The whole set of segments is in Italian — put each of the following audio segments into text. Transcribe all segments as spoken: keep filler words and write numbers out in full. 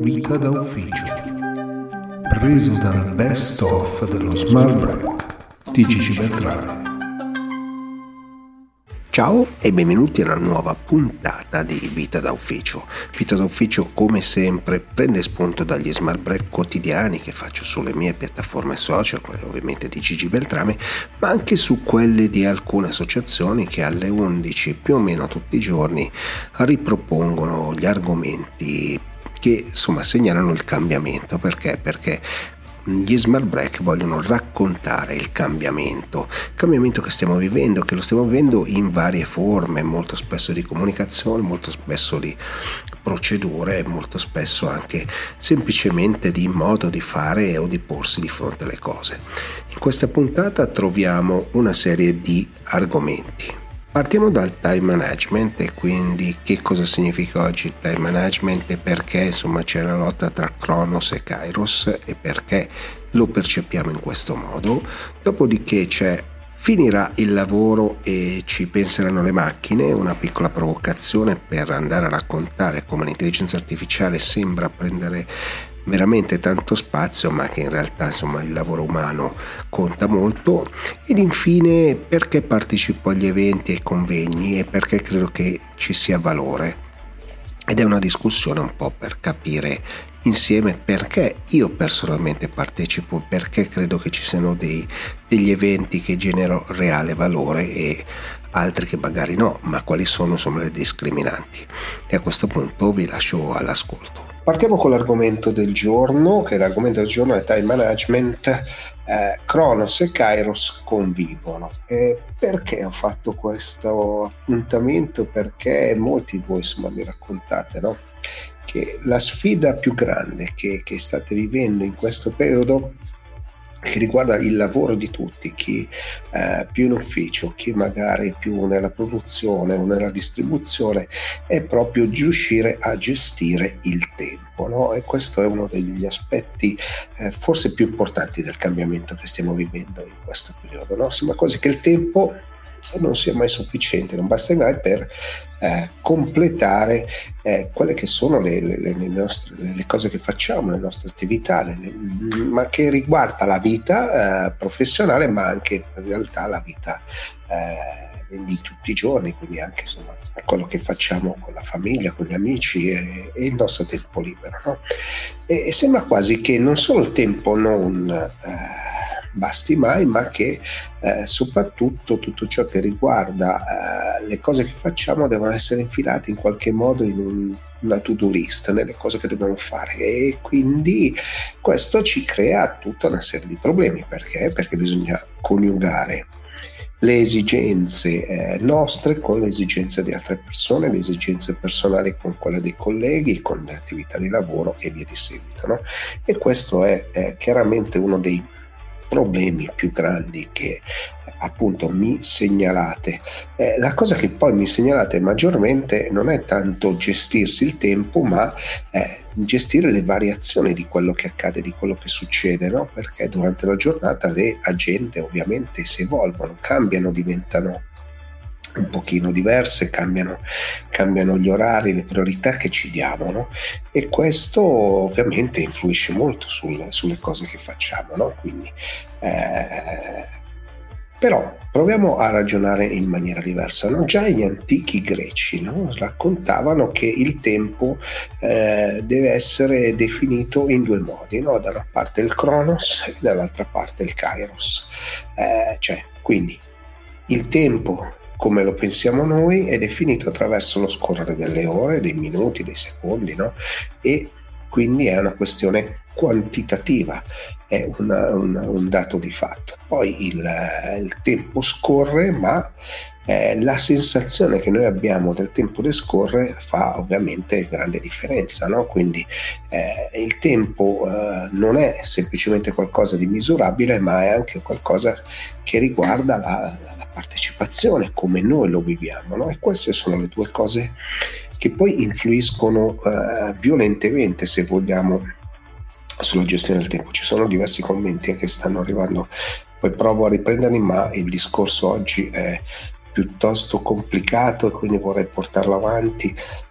Vita da ufficio, preso dal best of dello Smart Break di Gigi Beltrame. Ciao e benvenuti alla nuova puntata di Vita da Ufficio. Vita da Ufficio, come sempre, prende spunto dagli Smart Break quotidiani che faccio sulle mie piattaforme social, quelle ovviamente di Gigi Beltrame, ma anche su quelle di alcune associazioni che alle undici più o meno tutti i giorni ripropongono gli argomenti che insomma segnalano il cambiamento. Perché? Perché gli Smart Break vogliono raccontare il cambiamento, il cambiamento che stiamo vivendo, che lo stiamo vivendo in varie forme, molto spesso di comunicazione, molto spesso di procedure, molto spesso anche semplicemente di modo di fare o di porsi di fronte alle cose. In questa puntata troviamo una serie di argomenti. Partiamo dal time management e quindi che cosa significa oggi il time management e perché insomma c'è la lotta tra Cronos e Kairos e perché lo percepiamo in questo modo. Dopodiché c'è finirà il lavoro e ci penseranno le macchine, una piccola provocazione per andare a raccontare come l'intelligenza artificiale sembra prendere veramente tanto spazio, ma che in realtà insomma il lavoro umano conta molto. Ed infine perché partecipo agli eventi e ai convegni e perché credo che ci sia valore, ed è una discussione un po' per capire insieme perché io personalmente partecipo, perché credo che ci siano dei, degli eventi che generano reale valore e altri che magari no, ma quali sono insomma le discriminanti. E a questo punto vi lascio all'ascolto. Partiamo con l'argomento del giorno, che l'argomento del giorno è time management. eh, Cronos e Kairos convivono. E perché ho fatto questo appuntamento? Perché molti di voi insomma mi raccontate, no? Che la sfida più grande che, che state vivendo in questo periodo, che riguarda il lavoro di tutti, chi eh, più in ufficio, chi magari più nella produzione o nella distribuzione, è proprio riuscire a gestire il tempo, no? E questo è uno degli aspetti eh, forse più importanti del cambiamento che stiamo vivendo in questo periodo, no? Sembra quasi che il tempo non sia mai sufficiente, non basta mai per eh, completare eh, quelle che sono le, le, le, nostre, le cose che facciamo, le nostre attività, le, le, ma che riguarda la vita eh, professionale, ma anche in realtà la vita eh, di tutti i giorni, quindi anche insomma quello che facciamo con la famiglia, con gli amici e, e il nostro tempo libero, no? E, e sembra quasi che non solo il tempo non eh, basti mai, ma che eh, soprattutto tutto ciò che riguarda eh, le cose che facciamo devono essere infilate in qualche modo in un, una to-do list, nelle cose che dobbiamo fare, e quindi questo ci crea tutta una serie di problemi. Perché? Perché bisogna coniugare le esigenze eh, nostre con le esigenze di altre persone, le esigenze personali con quelle dei colleghi, con le attività di lavoro e via di seguito, no? E questo è, è chiaramente uno dei problemi più grandi che appunto mi segnalate. Eh, la cosa che poi mi segnalate maggiormente non è tanto gestirsi il tempo, ma eh, gestire le variazioni di quello che accade, di quello che succede, no? Perché durante la giornata le agende ovviamente si evolvono, cambiano, diventano un pochino diverse, cambiano, cambiano gli orari, le priorità che ci diamo, no? E questo ovviamente influisce molto sul, sulle cose che facciamo, no? Quindi eh, però proviamo a ragionare in maniera diversa, no? Già gli antichi greci, no? Raccontavano che il tempo eh, deve essere definito in due modi, no? Da una parte il Cronos e dall'altra parte il Kairos, eh, cioè quindi il tempo come lo pensiamo noi è definito attraverso lo scorrere delle ore, dei minuti, dei secondi, no? E quindi è una questione quantitativa, è una, una, un dato di fatto. Poi il, il tempo scorre, ma eh, la sensazione che noi abbiamo del tempo che scorre fa ovviamente grande differenza, no? Quindi eh, il tempo eh, non è semplicemente qualcosa di misurabile, ma è anche qualcosa che riguarda la, la partecipazione, come noi lo viviamo, no? E queste sono le due cose che poi influiscono eh, violentemente, se vogliamo, sulla gestione del tempo. Ci sono diversi commenti che stanno arrivando, poi provo a riprenderli, ma il discorso oggi è piuttosto complicato e quindi vorrei portarlo avanti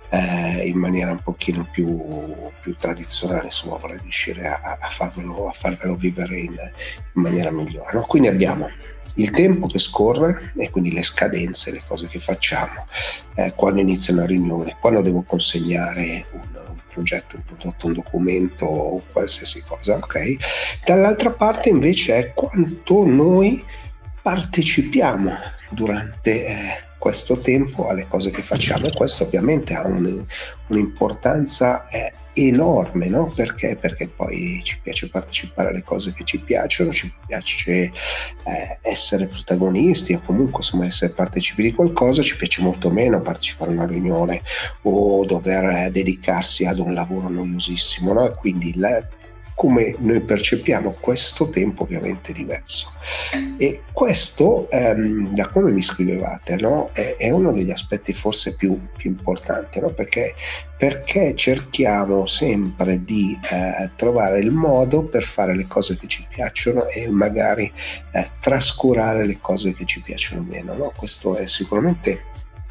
eh, in maniera un pochino più, più tradizionale, insomma vorrei riuscire a, a, farvelo, a farvelo vivere in, in maniera migliore, no? Quindi abbiamo il tempo che scorre e quindi le scadenze, le cose che facciamo, eh, quando inizia una riunione, quando devo consegnare un, un progetto, un prodotto, un documento o qualsiasi cosa, ok? Dall'altra parte invece è quanto noi partecipiamo durante eh, questo tempo alle cose che facciamo, e questo ovviamente ha un, un'importanza eh, enorme, no? Perché? Perché poi ci piace partecipare alle cose che ci piacciono, ci piace eh, essere protagonisti o comunque insomma essere partecipi di qualcosa, ci piace molto meno partecipare a una riunione o dover eh, dedicarsi ad un lavoro noiosissimo, no? Quindi la, come noi percepiamo questo tempo ovviamente è diverso, e questo ehm, da come mi scrivevate, no? è, è uno degli aspetti forse più, più importanti, no? perché, perché cerchiamo sempre di eh, trovare il modo per fare le cose che ci piacciono e magari eh, trascurare le cose che ci piacciono meno, no? Questo è sicuramente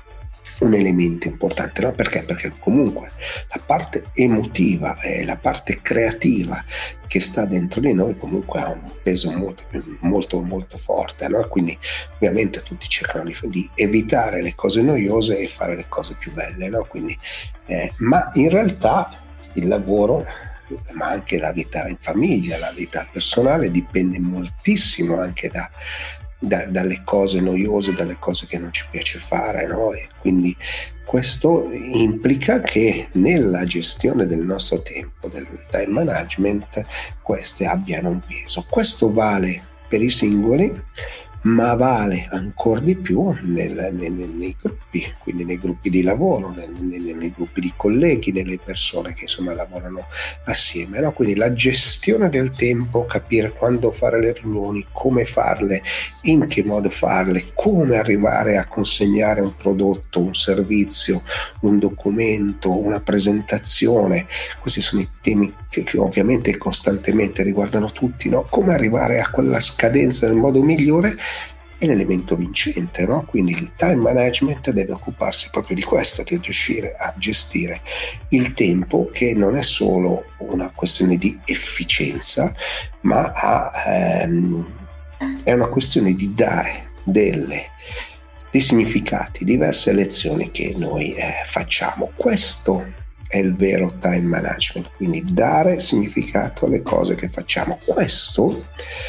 un elemento importante, no? Perché? Perché comunque la parte emotiva e la parte creativa che sta dentro di noi comunque ha un peso molto molto molto forte, no? Quindi ovviamente tutti cercano di, di evitare le cose noiose e fare le cose più belle, no? Quindi, eh, ma in realtà il lavoro, ma anche la vita in famiglia, la vita personale dipende moltissimo anche da Da, dalle cose noiose, dalle cose che non ci piace fare, no? E quindi questo implica che nella gestione del nostro tempo, del time management, queste abbiano un peso. Questo vale per i singoli, ma vale ancora di più nel, nel, nei gruppi, quindi nei gruppi di lavoro, nel, nei, nei gruppi di colleghi, nelle persone che insomma lavorano assieme, no? Quindi la gestione del tempo, capire quando fare le riunioni, come farle, in che modo farle, come arrivare a consegnare un prodotto, un servizio, un documento, una presentazione. Questi sono i temi che, che ovviamente costantemente riguardano tutti, no? Come arrivare a quella scadenza nel modo migliore è l'elemento vincente, no? Quindi il time management deve occuparsi proprio di questo, di riuscire a gestire il tempo, che non è solo una questione di efficienza, ma ha, ehm, è una questione di dare delle, dei significati, diverse lezioni che noi eh, facciamo. Questo è il vero time management, quindi dare significato alle cose che facciamo. Questo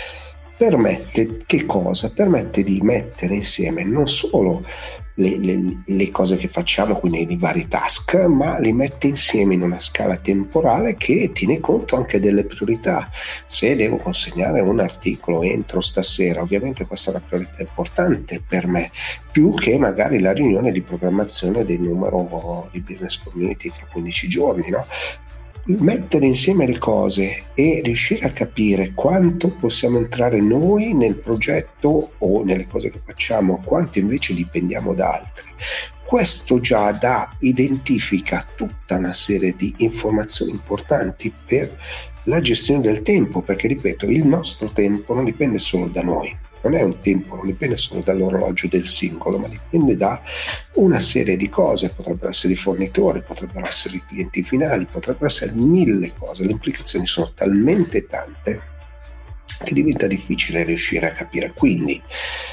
permette che cosa? Permette di mettere insieme non solo le, le, le cose che facciamo, quindi i vari task, ma li mette insieme in una scala temporale che tiene conto anche delle priorità. Se devo consegnare un articolo entro stasera, ovviamente questa è una priorità importante per me, più che magari la riunione di programmazione del numero di business community fra quindici giorni, no? Mettere insieme le cose e riuscire a capire quanto possiamo entrare noi nel progetto o nelle cose che facciamo, quanto invece dipendiamo da altri. Questo già dà, identifica tutta una serie di informazioni importanti per la gestione del tempo, perché ripeto, il nostro tempo non dipende solo da noi. Non è un tempo, non dipende solo dall'orologio del singolo, ma dipende da una serie di cose. Potrebbero essere i fornitori, potrebbero essere i clienti finali, potrebbero essere mille cose. Le implicazioni sono talmente tante che diventa difficile riuscire a capire. Quindi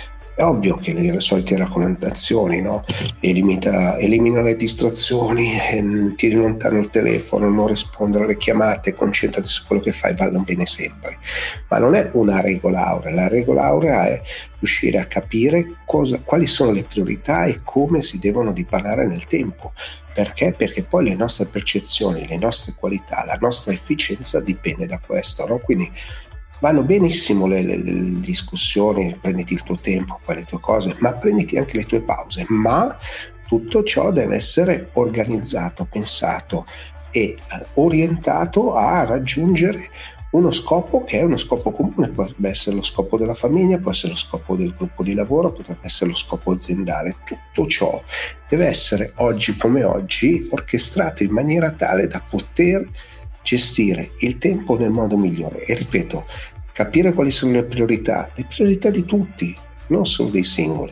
è ovvio che le solite raccomandazioni, no? Elimina, elimina le distrazioni, ehm, tieni lontano il telefono, non rispondere alle chiamate, concentrati su quello che fai, vanno bene sempre. Ma non è una regola aurea. La regola aurea è riuscire a capire cosa, quali sono le priorità e come si devono dipanare nel tempo. Perché? Perché poi le nostre percezioni, le nostre qualità, la nostra efficienza dipende da questo, no? Quindi vanno benissimo le, le, le discussioni, prenditi il tuo tempo, fai le tue cose, ma prenditi anche le tue pause, ma tutto ciò deve essere organizzato, pensato e eh, orientato a raggiungere uno scopo che è uno scopo comune. Potrebbe essere lo scopo della famiglia, può essere lo scopo del gruppo di lavoro, potrebbe essere lo scopo aziendale. Tutto ciò deve essere oggi come oggi orchestrato in maniera tale da poter gestire il tempo nel modo migliore. E ripeto, capire quali sono le priorità, le priorità di tutti, non solo dei singoli.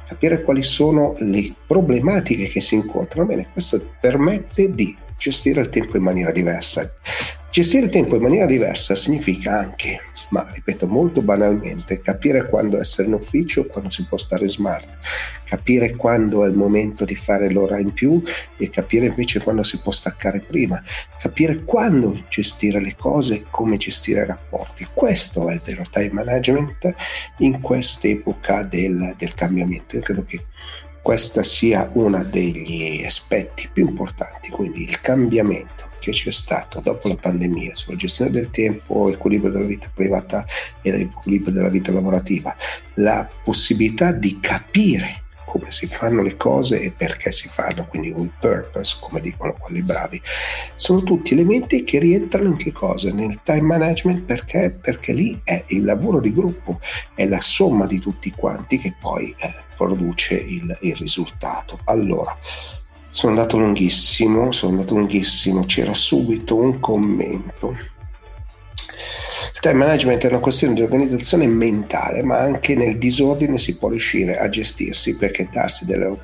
capire quali sono le problematiche che si incontrano. Bene, questo permette di gestire il tempo in maniera diversa. Gestire il tempo in maniera diversa significa anche, ma ripeto molto banalmente, capire quando essere in ufficio e quando si può stare smart, capire quando è il momento di fare l'ora in più e capire invece quando si può staccare prima, capire quando gestire le cose e come gestire i rapporti. Questo è il vero time management in quest'epoca del, del cambiamento. Io credo che questa sia uno degli aspetti più importanti, quindi il cambiamento che c'è stato dopo la pandemia sulla gestione del tempo, equilibrio della vita privata e l'equilibrio della vita lavorativa, la possibilità di capire come si fanno le cose e perché si fanno, quindi un purpose, come dicono quelli bravi, sono tutti elementi che rientrano in che cosa? Nel time management. Perché? Perché lì è il lavoro di gruppo, è la somma di tutti quanti che poi eh, produce il, il risultato. Allora, sono andato lunghissimo, sono andato lunghissimo, c'era subito un commento. Il time management è una questione di organizzazione mentale, ma anche nel disordine si può riuscire a gestirsi, perché darsi delle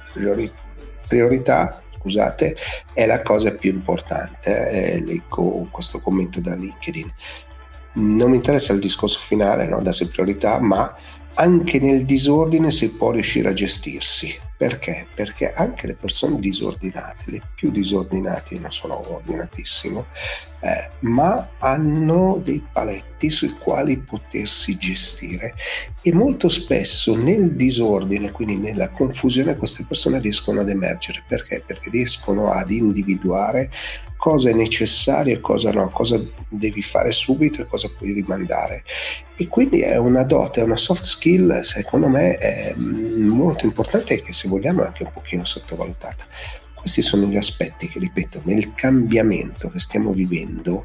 priorità, scusate, è la cosa più importante. Eh, leggo questo commento da LinkedIn. Non mi interessa il discorso finale, no? Darsi priorità, ma anche nel disordine si può riuscire a gestirsi. Perché? Perché anche le persone disordinate, le più disordinate, non sono ordinatissimo, eh, ma hanno dei paletti sui quali potersi gestire, e molto spesso nel disordine, quindi nella confusione, queste persone riescono ad emergere. Perché? Perché riescono ad individuare cosa è necessario e cosa no, cosa devi fare subito e cosa puoi rimandare. E quindi è una dote, è una soft skill, secondo me, è molto importante e che, se vogliamo, è anche un pochino sottovalutata. Questi sono gli aspetti che, ripeto, nel cambiamento che stiamo vivendo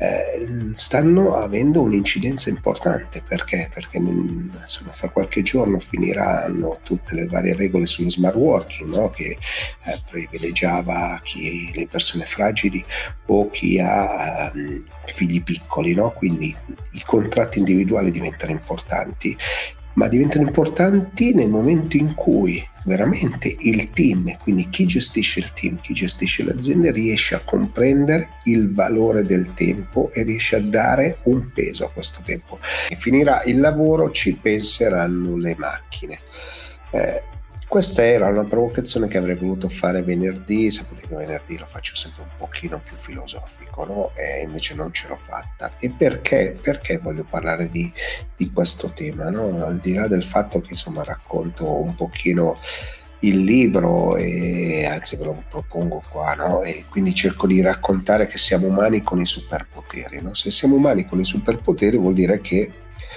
eh, stanno avendo un'incidenza importante. Perché? Perché insomma, fra qualche giorno finiranno tutte le varie regole sullo smart working, no? Che eh, privilegiava chi, le persone fragili o chi ha um, figli piccoli, no? Quindi i contratti individuali diventano importanti, ma diventano importanti nel momento in cui veramente il team, quindi chi gestisce il team, chi gestisce l'azienda, riesce a comprendere il valore del tempo e riesce a dare un peso a questo tempo. E finirà il lavoro, ci penseranno le macchine. Eh, Questa era una provocazione che avrei voluto fare venerdì. Sapete che venerdì lo faccio sempre un pochino più filosofico, no? E invece non ce l'ho fatta. E perché? Perché voglio parlare di, di questo tema, no? Al di là del fatto che insomma racconto un pochino il libro, e anzi ve lo propongo qua, no? E quindi cerco di raccontare che siamo umani con i superpoteri, no? Se siamo umani con i superpoteri vuol dire che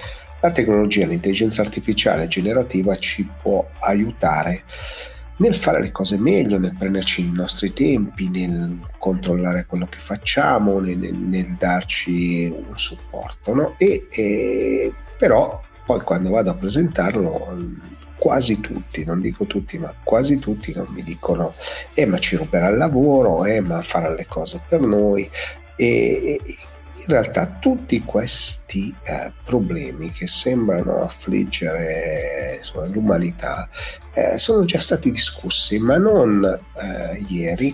la tecnologia, l'intelligenza artificiale generativa ci può aiutare nel fare le cose meglio, nel prenderci i nostri tempi, nel controllare quello che facciamo, nel, nel darci un supporto, no? E, e però poi quando vado a presentarlo, quasi tutti, non dico tutti, ma quasi tutti non mi dicono eh ma ci ruberà il lavoro, eh ma farà le cose per noi. E, e in realtà tutti questi eh, problemi che sembrano affliggere insomma, l'umanità eh, sono già stati discussi, ma non eh, ieri,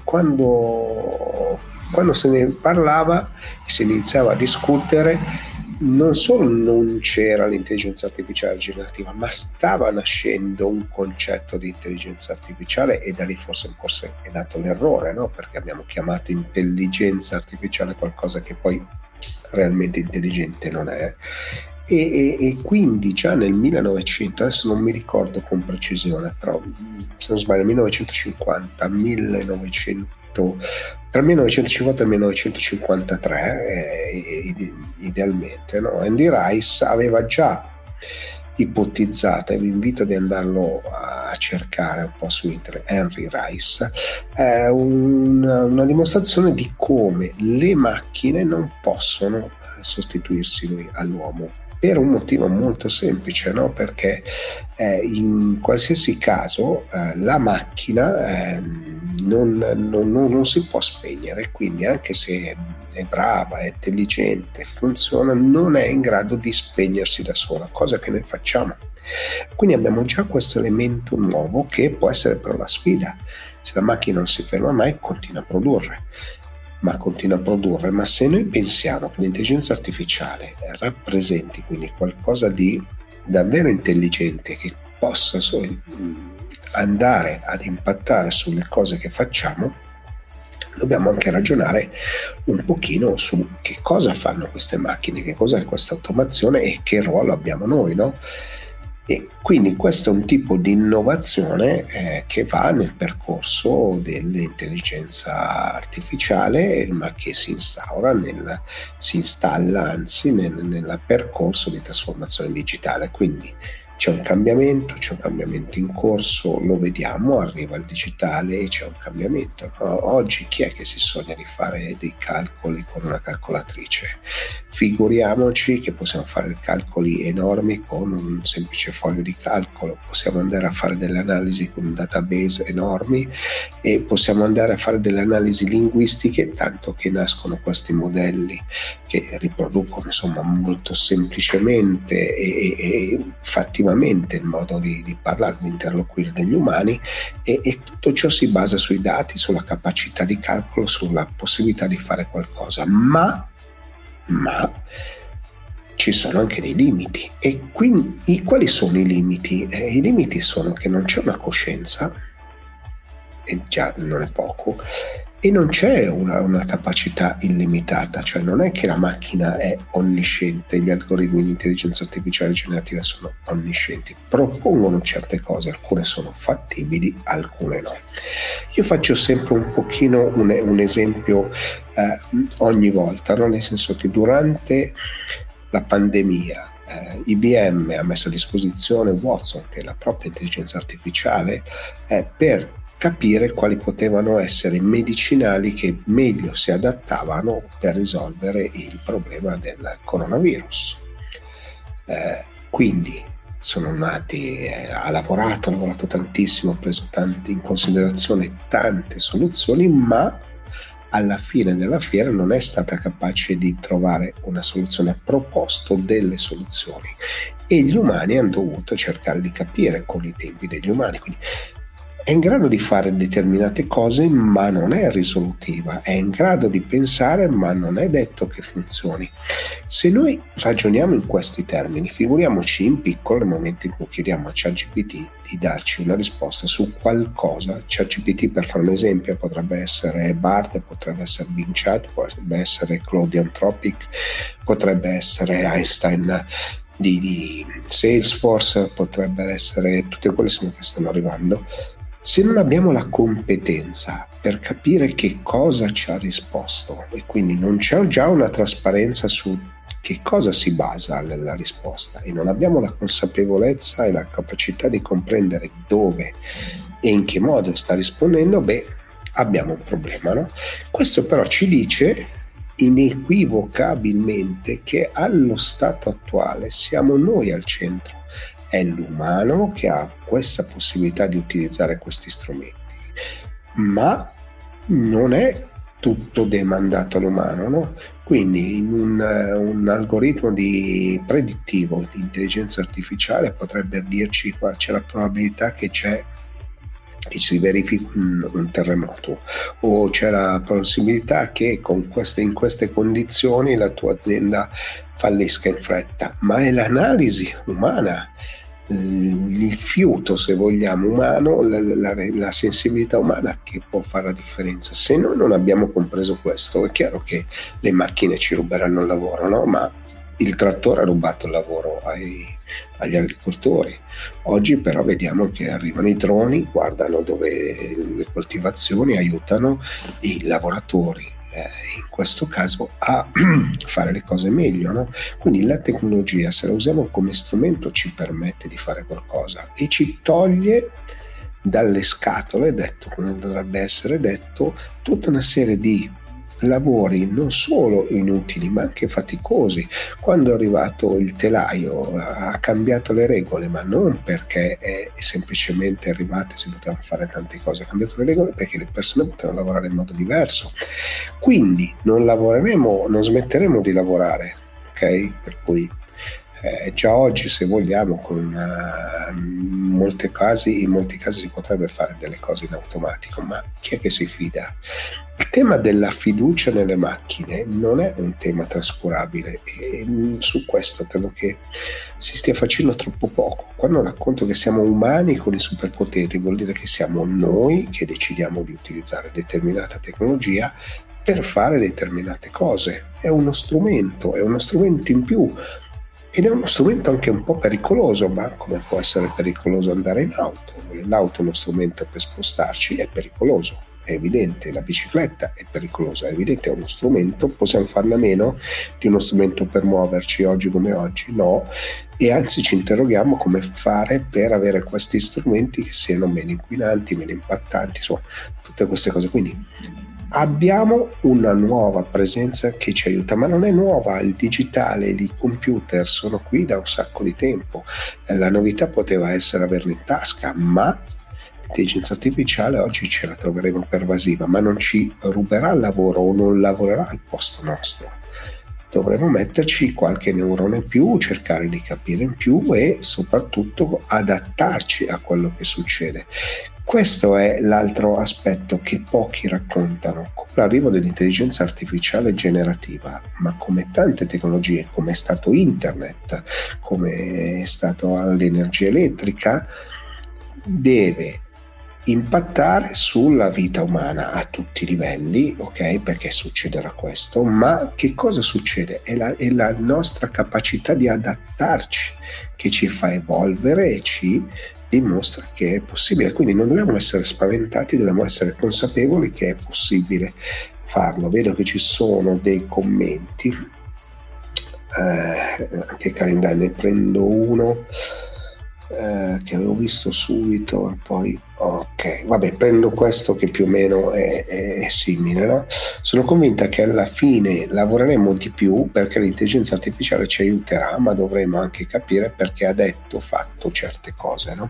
quando, quando se ne parlava e si iniziava a discutere. Non solo non c'era l'intelligenza artificiale generativa, ma stava nascendo un concetto di intelligenza artificiale, e da lì forse, forse è nato l'errore, no? Perché abbiamo chiamato intelligenza artificiale qualcosa che poi realmente intelligente non è. E, e, e quindi già nel millenovecento, adesso non mi ricordo con precisione, però se non sbaglio millenovecentocinquanta, millenovecento, tra il millenovecentocinquanta e il millenovecentocinquantatré eh, idealmente, no? Andy Rice aveva già ipotizzata, e vi invito ad andarlo a cercare un po' su internet, Henry Rice, è una, una dimostrazione di come le macchine non possono sostituirsi all'uomo, per un motivo molto semplice, no? Perché eh, in qualsiasi caso eh, la macchina eh, non, non, non si può spegnere, quindi anche se è brava, è intelligente, funziona, non è in grado di spegnersi da sola, cosa che noi facciamo. Quindi abbiamo già questo elemento nuovo che può essere però la sfida. Se la macchina non si ferma mai, continua a produrre, ma continua a produrre. Ma se noi pensiamo che l'intelligenza artificiale rappresenti quindi qualcosa di davvero intelligente che possa andare ad impattare sulle cose che facciamo, dobbiamo anche ragionare un pochino su che cosa fanno queste macchine, che cosa è questa automazione e che ruolo abbiamo noi, no? E quindi questo è un tipo di innovazione eh, che va nel percorso dell'intelligenza artificiale, ma che si instaura, nel, si installa anzi nel, nel percorso di trasformazione digitale. Quindi c'è un cambiamento, c'è un cambiamento in corso, lo vediamo, arriva il digitale e c'è un cambiamento. Oggi chi è che si sogna di fare dei calcoli con una calcolatrice? Figuriamoci che possiamo fare calcoli enormi con un semplice foglio di calcolo, possiamo andare a fare delle analisi con database enormi e possiamo andare a fare delle analisi linguistiche, tanto che nascono questi modelli che riproducono insomma molto semplicemente e, e, e fattivamente il modo di, di parlare, di interloquire degli umani e, e tutto ciò si basa sui dati, sulla capacità di calcolo, sulla possibilità di fare qualcosa, ma ma ci sono anche dei limiti. E quindi i, quali sono i limiti? Eh, i limiti sono che non c'è una coscienza, e già non è poco, e non c'è una, una capacità illimitata, cioè non è che la macchina è onnisciente, gli algoritmi di intelligenza artificiale generativa sono onniscienti, propongono certe cose, alcune sono fattibili, alcune no. Io faccio sempre un pochino un, un esempio eh, ogni volta, no? Nel senso che durante la pandemia eh, I B M ha messo a disposizione Watson, che è la propria intelligenza artificiale, eh, per capire quali potevano essere i medicinali che meglio si adattavano per risolvere il problema del coronavirus. Eh, quindi sono nati, eh, ha lavorato, ha lavorato tantissimo, ha preso tanti, in considerazione tante soluzioni, ma alla fine della fiera non è stata capace di trovare una soluzione, ha proposto delle soluzioni e gli umani hanno dovuto cercare di capire con i tempi degli umani. Quindi è in grado di fare determinate cose, ma non è risolutiva, è in grado di pensare, ma non è detto che funzioni. Se noi ragioniamo in questi termini, figuriamoci in piccolo nel momento in cui chiediamo a ChatGPT di darci una risposta su qualcosa. ChatGPT, per fare un esempio, potrebbe essere Bard, potrebbe essere Bing Chat, potrebbe essere Claude Anthropic, potrebbe essere Einstein di, di Salesforce, potrebbero essere tutte quelle che stanno arrivando. Se non abbiamo la competenza per capire che cosa ci ha risposto e quindi non c'è già una trasparenza su che cosa si basa nella risposta e non abbiamo la consapevolezza e la capacità di comprendere dove e in che modo sta rispondendo, beh, abbiamo un problema, no? Questo però ci dice inequivocabilmente che allo stato attuale siamo noi al centro. È l'umano che ha questa possibilità di utilizzare questi strumenti, ma non è tutto demandato all'umano, no? Quindi in un, un algoritmo di predittivo di intelligenza artificiale potrebbe dirci qua c'è la probabilità che c'è che si verifichi un, un terremoto, o c'è la possibilità che con queste, in queste condizioni la tua azienda fallisca in fretta, ma è l'analisi umana, il fiuto, se vogliamo, umano, la, la, la sensibilità umana che può fare la differenza. Se noi non abbiamo compreso questo, è chiaro che le macchine ci ruberanno il lavoro, no? Ma il trattore ha rubato il lavoro ai, agli agricoltori. Oggi però vediamo che arrivano i droni, guardano dove le coltivazioni, aiutano i lavoratori in questo caso a fare le cose meglio, no? Quindi la tecnologia, se la usiamo come strumento, ci permette di fare qualcosa e ci toglie dalle scatole, detto come dovrebbe essere detto, tutta una serie di lavori non solo inutili ma anche faticosi. Quando è arrivato il telaio ha cambiato le regole, ma non perché è semplicemente arrivate, si potevano fare tante cose, ha cambiato le regole perché le persone potevano lavorare in modo diverso. Quindi non lavoreremo, non smetteremo di lavorare, ok? Per cui Eh, già oggi, se vogliamo, con uh, molte casi, in molti casi si potrebbe fare delle cose in automatico, ma chi è che si fida? Il tema della fiducia nelle macchine non è un tema trascurabile e su questo credo che si stia facendo troppo poco. Quando racconto che siamo umani con i superpoteri, vuol dire che siamo noi che decidiamo di utilizzare determinata tecnologia per fare determinate cose. È uno strumento, è uno strumento in più. Ed è uno strumento anche un po' pericoloso, ma come può essere pericoloso andare in auto? L'auto è uno strumento per spostarci, è pericoloso, è evidente. La bicicletta è pericolosa, è evidente, è uno strumento. Possiamo farne a meno di uno strumento per muoverci oggi come oggi? No, e anzi ci interroghiamo come fare per avere questi strumenti che siano meno inquinanti, meno impattanti, insomma, tutte queste cose. Quindi abbiamo una nuova presenza che ci aiuta, ma non è nuova. Il digitale, i computer sono qui da un sacco di tempo. La novità poteva essere averlo in tasca, ma l'intelligenza artificiale oggi ce la troveremo pervasiva, ma non ci ruberà il lavoro o non lavorerà al posto nostro. Dovremo metterci qualche neurone in più, cercare di capire in più e soprattutto adattarci a quello che succede. Questo è l'altro aspetto che pochi raccontano. Con l'arrivo dell'intelligenza artificiale generativa, ma come tante tecnologie, come è stato internet, come è stato l'energia elettrica, deve impattare sulla vita umana a tutti i livelli, ok? Perché succederà questo, ma che cosa succede? È la, è la nostra capacità di adattarci che ci fa evolvere e ci dimostra che è possibile. Quindi non dobbiamo essere spaventati, dobbiamo essere consapevoli che è possibile farlo. Vedo che ci sono dei commenti, eh, anche Carinda, ne prendo uno eh, che avevo visto subito e poi ok, vabbè, prendo questo che più o meno è, è, è simile, no? Sono convinta che alla fine lavoreremo di più perché l'intelligenza artificiale ci aiuterà, ma dovremo anche capire perché ha detto, fatto certe cose, no?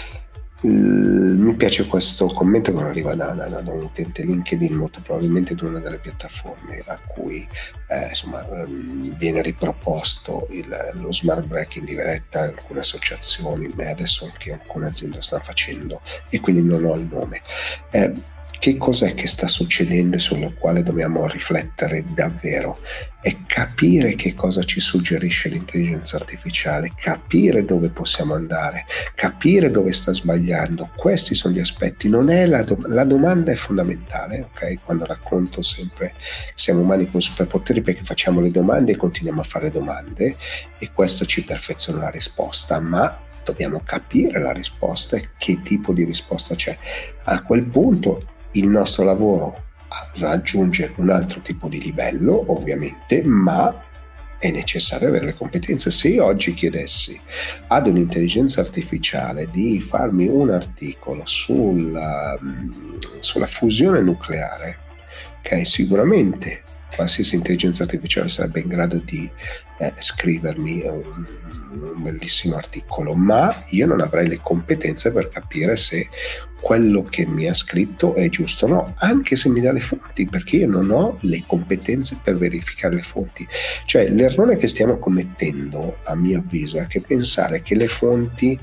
Mm, mi piace questo commento che arriva da, da, da un utente LinkedIn, molto probabilmente di una delle piattaforme a cui eh, insomma um, viene riproposto il, lo smart break in diretta. Alcune associazioni, ma adesso anche alcune aziende lo stanno facendo e quindi non ho il nome. Eh, che cos'è che sta succedendo e sul quale dobbiamo riflettere davvero? È capire che cosa ci suggerisce l'intelligenza artificiale, capire dove possiamo andare, capire dove sta sbagliando. Questi sono gli aspetti. Non è la, do- la domanda è fondamentale, ok? Quando racconto sempre siamo umani con superpoteri perché facciamo le domande e continuiamo a fare domande e questo ci perfeziona la risposta, ma dobbiamo capire la risposta e che tipo di risposta c'è. A quel punto il nostro lavoro raggiunge un altro tipo di livello, ovviamente, ma è necessario avere le competenze. Se io oggi chiedessi ad un'intelligenza artificiale di farmi un articolo sulla, sulla fusione nucleare, che sicuramente qualsiasi intelligenza artificiale sarebbe in grado di eh, scrivermi un, un bellissimo articolo, ma io non avrei le competenze per capire se quello che mi ha scritto è giusto o no, anche se mi dà le fonti, perché io non ho le competenze per verificare le fonti. Cioè l'errore che stiamo commettendo, a mio avviso, è che pensare che le fonti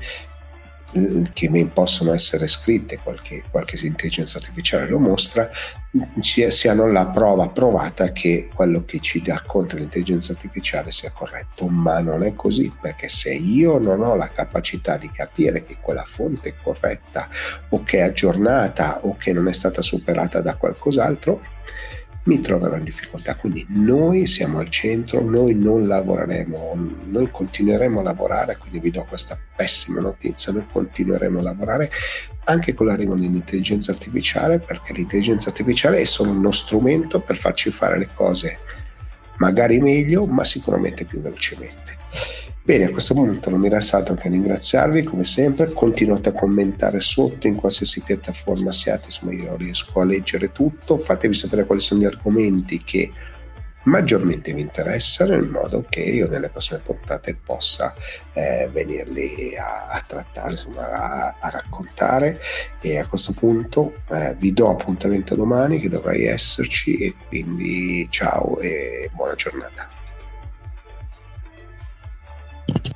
che possono essere scritte, qualche, qualche intelligenza artificiale lo mostra, siano la prova provata che quello che ci racconta l'intelligenza artificiale sia corretto, ma non è così, perché se io non ho la capacità di capire che quella fonte è corretta o che è aggiornata o che non è stata superata da qualcos'altro, mi troverò in difficoltà. Quindi noi siamo al centro, noi non lavoreremo, noi continueremo a lavorare, quindi vi do questa pessima notizia, noi continueremo a lavorare anche con l'arrivo dell'intelligenza artificiale, perché l'intelligenza artificiale è solo uno strumento per farci fare le cose magari meglio, ma sicuramente più velocemente. Bene, a questo punto non mi resta altro che ringraziarvi come sempre. Continuate a commentare sotto in qualsiasi piattaforma siate, insomma io riesco a leggere tutto. Fatevi sapere quali sono gli argomenti che maggiormente vi interessano, in modo che io nelle prossime puntate possa eh, venirli a, a trattare, insomma a, a raccontare. E a questo punto eh, vi do appuntamento domani, che dovrei esserci, e quindi ciao e buona giornata.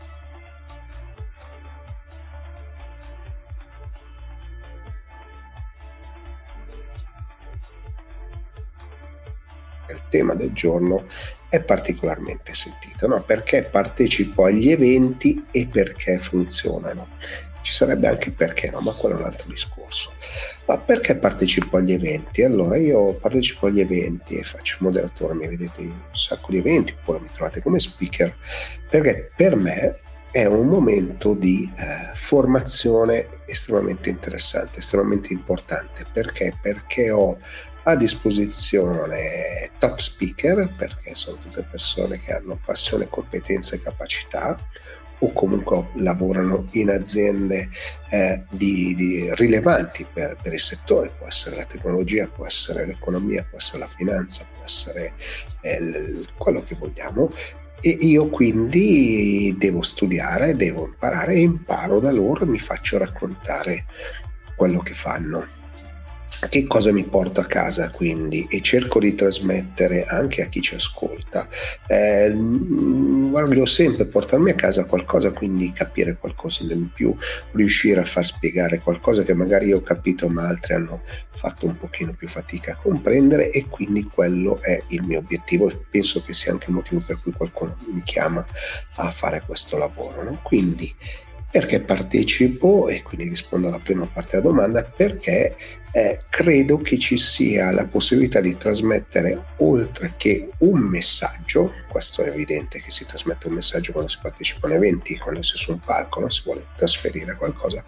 tema del giorno è particolarmente sentito, no? Perché partecipo agli eventi e perché funzionano. Ci sarebbe anche perché no, ma quello è un altro discorso. Ma perché partecipo agli eventi? Allora, io partecipo agli eventi e faccio moderatore, mi vedete in un sacco di eventi, oppure mi trovate come speaker, perché per me è un momento di eh, formazione estremamente interessante, estremamente importante. Perché? Perché ho a disposizione top speaker, perché sono tutte persone che hanno passione, competenze e capacità, o comunque lavorano in aziende eh, di, di rilevanti per, per il settore. Può essere la tecnologia, può essere l'economia, può essere la finanza, può essere eh, l- quello che vogliamo, e io quindi devo studiare, devo imparare e imparo da loro e mi faccio raccontare quello che fanno. Che cosa mi porto a casa quindi e cerco di trasmettere anche a chi ci ascolta? Eh, voglio sempre portarmi a casa qualcosa, quindi capire qualcosa in più, riuscire a far spiegare qualcosa che magari io ho capito ma altri hanno fatto un pochino più fatica a comprendere, e quindi quello è il mio obiettivo e penso che sia anche il motivo per cui qualcuno mi chiama a fare questo lavoro, no? Quindi perché partecipo, e quindi rispondo alla prima parte della domanda, perché eh, credo che ci sia la possibilità di trasmettere, oltre che un messaggio, questo è evidente che si trasmette un messaggio quando si partecipa a eventi, quando si è su un palco, no? Si vuole trasferire qualcosa,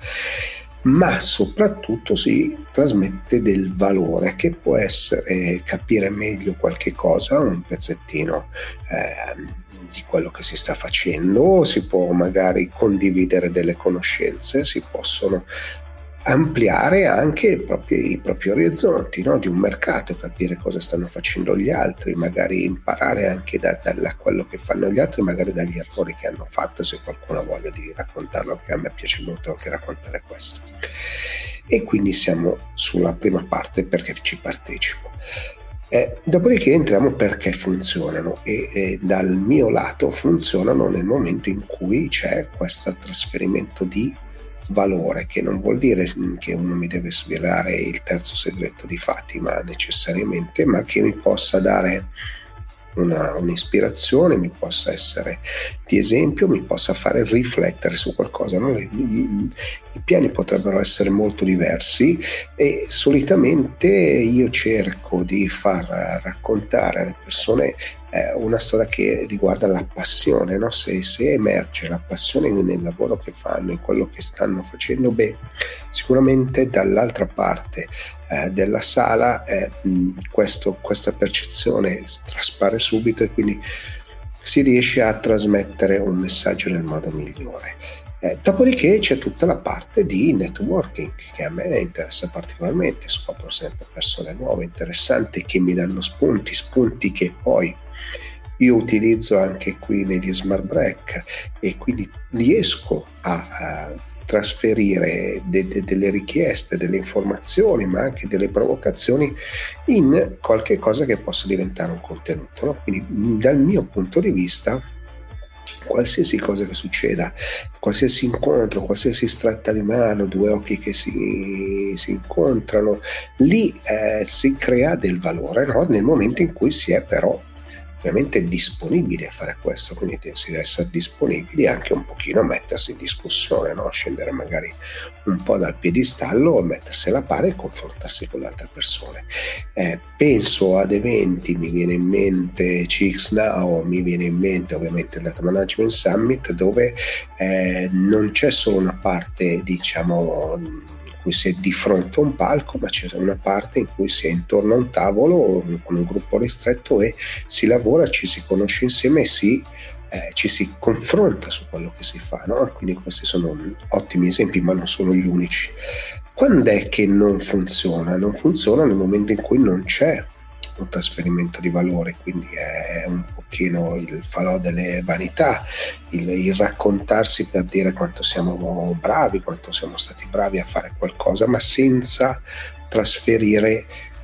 ma soprattutto si trasmette del valore, che può essere capire meglio qualche cosa, un pezzettino eh, di quello che si sta facendo, si può magari condividere delle conoscenze, si possono ampliare anche i propri, i propri orizzonti, no? Di un mercato, capire cosa stanno facendo gli altri, magari imparare anche da, da, da quello che fanno gli altri, magari dagli errori che hanno fatto, se qualcuno ha voglia di raccontarlo, che a me piace molto anche raccontare questo. E quindi siamo sulla prima parte, perché ci partecipo. Eh, dopodiché entriamo perché funzionano, e, e dal mio lato funzionano nel momento in cui c'è questo trasferimento di valore, che non vuol dire che uno mi deve svelare il terzo segreto di Fatima necessariamente, ma che mi possa dare una, un'ispirazione, mi possa essere di esempio, mi possa fare riflettere su qualcosa, no? I, i, i piani potrebbero essere molto diversi, e solitamente io cerco di far raccontare alle persone eh, una storia che riguarda la passione, no? Se, se emerge la passione nel lavoro che fanno, in quello che stanno facendo, beh, sicuramente dall'altra parte eh, della sala eh, questo, questa percezione traspare subito, e quindi si riesce a trasmettere un messaggio nel modo migliore. Eh, dopodiché c'è tutta la parte di networking che a me interessa particolarmente, scopro sempre persone nuove, interessanti, che mi danno spunti, spunti che poi io utilizzo anche qui negli Smart Break, e quindi riesco a, a trasferire de, de, delle richieste, delle informazioni, ma anche delle provocazioni in qualche cosa che possa diventare un contenuto, no? Quindi dal mio punto di vista, qualsiasi cosa che succeda, qualsiasi incontro, qualsiasi stretta di mano, due occhi che si, si incontrano, lì eh, si crea del valore, no? Nel momento in cui si è però ovviamente disponibili a fare questo, quindi si deve essere disponibili anche un pochino a mettersi in discussione, no? Scendere magari un po' dal piedistallo, mettersi alla pari e confrontarsi con le altre persone. Eh, penso ad eventi, mi viene in mente C X Now, mi viene in mente ovviamente il Data Management Summit, dove eh, non c'è solo una parte, diciamo, si è di fronte a un palco, ma c'è una parte in cui si è intorno a un tavolo con un gruppo ristretto e si lavora, ci si conosce insieme e si, eh, ci si confronta su quello che si fa, no? Quindi questi sono ottimi esempi, ma non sono gli unici. Quando è che non funziona? Non funziona nel momento in cui non c'è un trasferimento di valore, quindi è un pochino il falò delle vanità, il, il raccontarsi per dire quanto siamo bravi, quanto siamo stati bravi a fare qualcosa, ma senza trasferire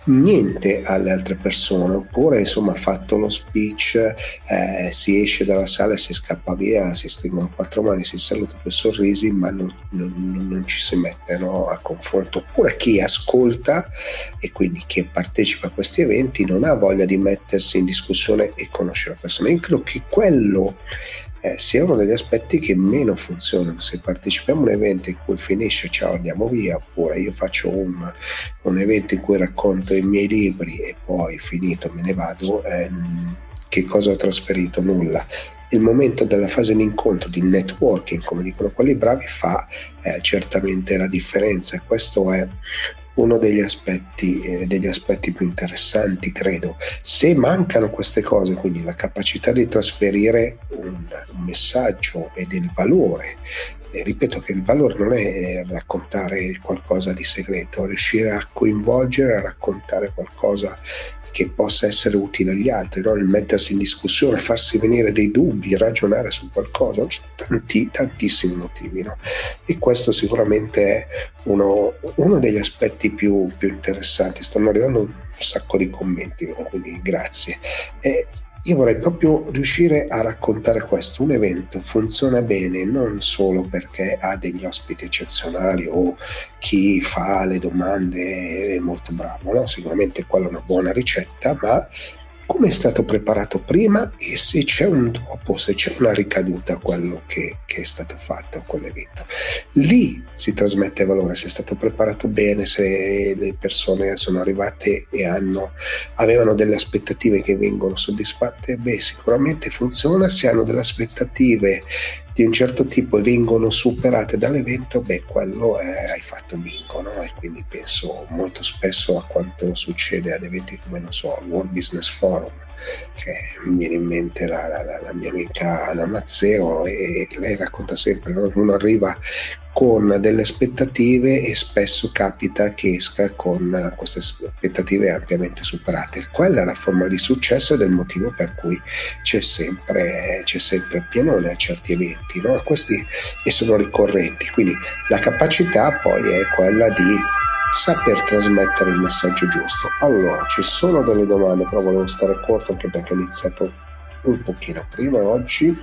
niente alle altre persone, oppure insomma fatto lo speech, eh, si esce dalla sala e si scappa via, si stringono quattro mani, si saluta per sorrisi, ma non, non, non ci si mette, no, a confronto. Oppure chi ascolta e quindi chi partecipa a questi eventi non ha voglia di mettersi in discussione e conoscere la persona. Io credo che quello Eh, sia uno degli aspetti che meno funzionano. Se partecipiamo a un evento in cui finisce ciao andiamo via, oppure io faccio un, un evento in cui racconto i miei libri e poi finito me ne vado, ehm, che cosa ho trasferito? Nulla. Il momento della fase di incontro, di networking, come dicono quelli bravi, fa eh, certamente la differenza. Questo è uno degli aspetti, eh, degli aspetti più interessanti, credo. Se mancano queste cose, quindi la capacità di trasferire un, un messaggio e del valore, e ripeto che il valore non è raccontare qualcosa di segreto, riuscire a coinvolgere, a raccontare qualcosa che possa essere utile agli altri, no? Il mettersi in discussione, farsi venire dei dubbi, ragionare su qualcosa, ci sono tanti, tantissimi motivi, no? E questo sicuramente è uno, uno degli aspetti più, più interessanti. Stanno arrivando un sacco di commenti, quindi grazie. E io vorrei proprio riuscire a raccontare questo. Un evento funziona bene non solo perché ha degli ospiti eccezionali o chi fa le domande è molto bravo, no? Sicuramente quella è una buona ricetta, ma come è stato preparato prima e se c'è un dopo, se c'è una ricaduta a quello che, che è stato fatto a quell'evento. Lì si trasmette valore, se è stato preparato bene, se le persone sono arrivate e hanno, avevano delle aspettative che vengono soddisfatte, beh, sicuramente funziona. Se hanno delle aspettative di un certo tipo e vengono superate dall'evento, beh, quello è, hai fatto bingo, no? E quindi penso molto spesso a quanto succede ad eventi come, non so, il World Business Forum, che mi viene in mente la, la, la mia amica Anna Mazzeo, e lei racconta sempre, no? Uno arriva con delle aspettative e spesso capita che esca con queste aspettative ampiamente superate. Quella è la forma di successo ed è il motivo per cui c'è sempre, c'è sempre il pienone a certi eventi, no? Questi e sono ricorrenti, quindi la capacità poi è quella di saper trasmettere il messaggio giusto. Allora, ci sono delle domande, però volevo stare corto anche perché ho iniziato un pochino prima oggi.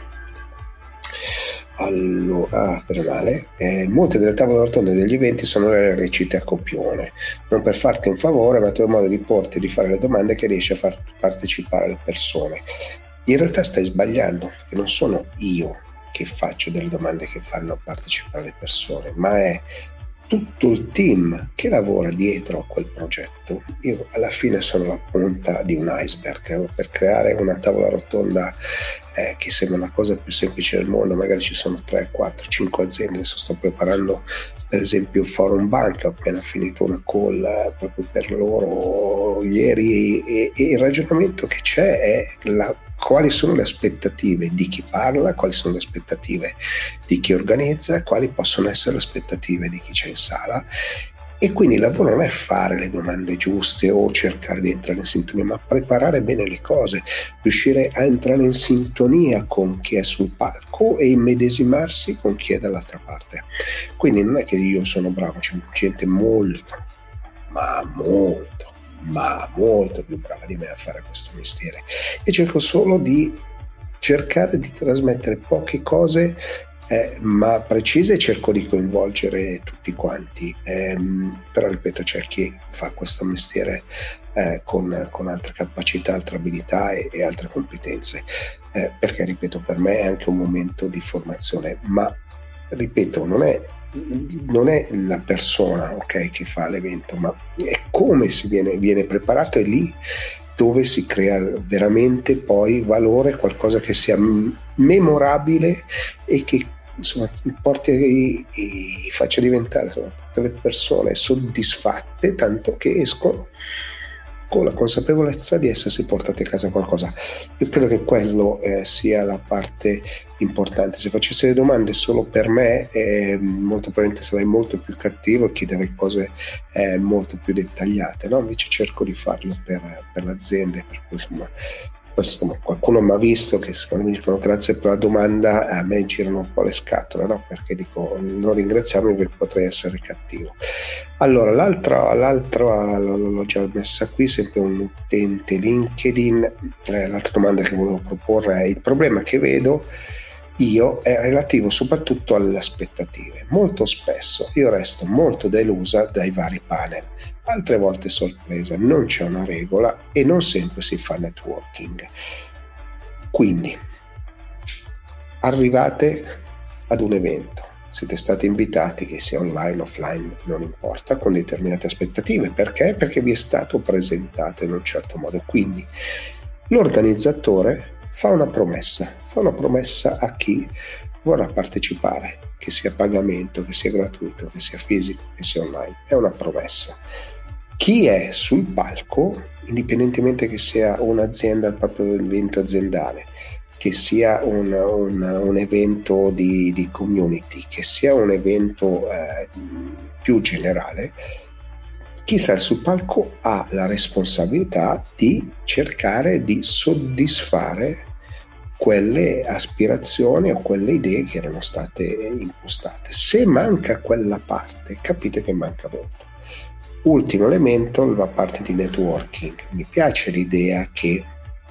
Allora, ah, per male. Eh, molte delle tavole rotonde degli eventi sono le recite a copione, non per farti un favore, ma tu hai modo di porti e di fare le domande che riesci a far partecipare le persone. In realtà stai sbagliando, perché non sono io che faccio delle domande che fanno partecipare le persone, ma è tutto il team che lavora dietro a quel progetto. Io alla fine sono la punta di un iceberg. Per creare una tavola rotonda eh, che sembra la cosa più semplice del mondo, magari ci sono tre, quattro, cinque aziende. Adesso sto preparando per esempio il Forum Banca, ho appena finito una call eh, proprio per loro ieri, e, e il ragionamento che c'è è la quali sono le aspettative di chi parla, quali sono le aspettative di chi organizza, quali possono essere le aspettative di chi c'è in sala. E quindi il lavoro non è fare le domande giuste o cercare di entrare in sintonia, ma preparare bene le cose, riuscire a entrare in sintonia con chi è sul palco e immedesimarsi con chi è dall'altra parte. Quindi non è che io sono bravo, c'è gente molto, ma molto, ma molto più brava di me a fare questo mestiere, e cerco solo di cercare di trasmettere poche cose eh, ma precise, e cerco di coinvolgere tutti quanti, ehm, però ripeto, c'è chi fa questo mestiere eh, con, con altre capacità, altre abilità e, e altre competenze, eh, perché ripeto, per me è anche un momento di formazione, ma ripeto, non è non è la persona, ok, che fa l'evento, ma è come si viene, viene preparato, è lì dove si crea veramente poi valore, qualcosa che sia memorabile e che insomma porti e, e faccia diventare insomma, tutte le persone soddisfatte, tanto che escono con la consapevolezza di essersi portati a casa qualcosa. Io credo che quello eh, sia la parte importante. Se facessi le domande solo per me, eh, molto probabilmente sarei molto più cattivo e chiederei cose eh, molto più dettagliate, no? Invece cerco di farlo per, per l'azienda, per cui insomma Poi insomma, qualcuno mi ha visto che secondo me dicono grazie per la domanda, a me girano un po' le scatole, no? Perché dico non ringraziarmi perché potrei essere cattivo. Allora, l'altra, l'altra l'ho già messa qui, sempre un utente LinkedIn. Eh, l'altra domanda che volevo proporre è: il problema che vedo io è relativo soprattutto alle aspettative. Molto spesso io resto molto delusa dai vari panel, altre volte sorpresa, non c'è una regola e non sempre si fa networking. Quindi arrivate ad un evento, siete stati invitati, che sia online o offline, non importa, con determinate aspettative. Perché? Perché vi è stato presentato in un certo modo. Quindi l'organizzatore fa una promessa, fa una promessa a chi vorrà partecipare, che sia a pagamento, che sia gratuito, che sia fisico, che sia online, è una promessa. Chi è sul palco, indipendentemente che sia un'azienda, il proprio evento aziendale, che sia un, un, un evento di, di community, che sia un evento eh, più generale, chi sta sul palco ha la responsabilità di cercare di soddisfare quelle aspirazioni o quelle idee che erano state impostate. Se manca quella parte, capite che manca molto. Ultimo elemento, la parte di networking. Mi piace l'idea che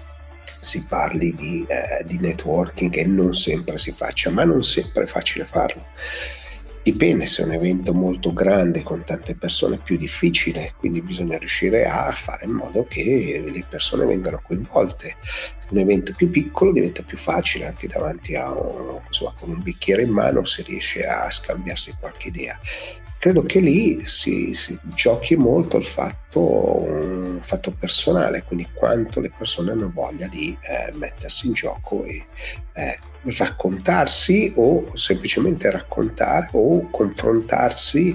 si parli di, eh, di networking e non sempre si faccia, ma non sempre è facile farlo. Dipende, se è un evento molto grande con tante persone è più difficile, quindi bisogna riuscire a fare in modo che le persone vengano coinvolte. Se un evento più piccolo diventa più facile, anche davanti a un, insomma, con un bicchiere in mano si riesce a scambiarsi qualche idea. Credo che lì si, si giochi molto il fatto, un fatto personale, quindi quanto le persone hanno voglia di eh, mettersi in gioco e eh, raccontarsi, o semplicemente raccontare, o confrontarsi,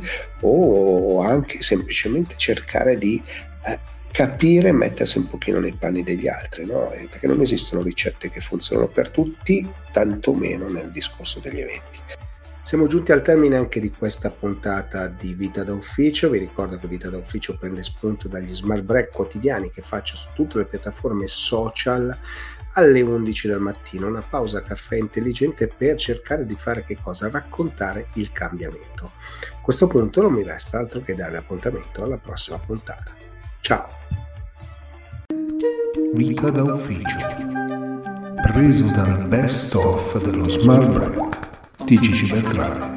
o anche semplicemente cercare di eh, capire e mettersi un pochino nei panni degli altri, no? Perché non esistono ricette che funzionano per tutti, tantomeno nel discorso degli eventi. Siamo giunti al termine anche di questa puntata di Vita da Ufficio. Vi ricordo che Vita da Ufficio prende spunto dagli smart break quotidiani che faccio su tutte le piattaforme social alle undici del mattino, una pausa caffè intelligente per cercare di fare che cosa? Raccontare il cambiamento. A questo punto non mi resta altro che dare appuntamento alla prossima puntata. Ciao! Vita da Ufficio, preso dal best of dello smart break di Gigi Beltrame.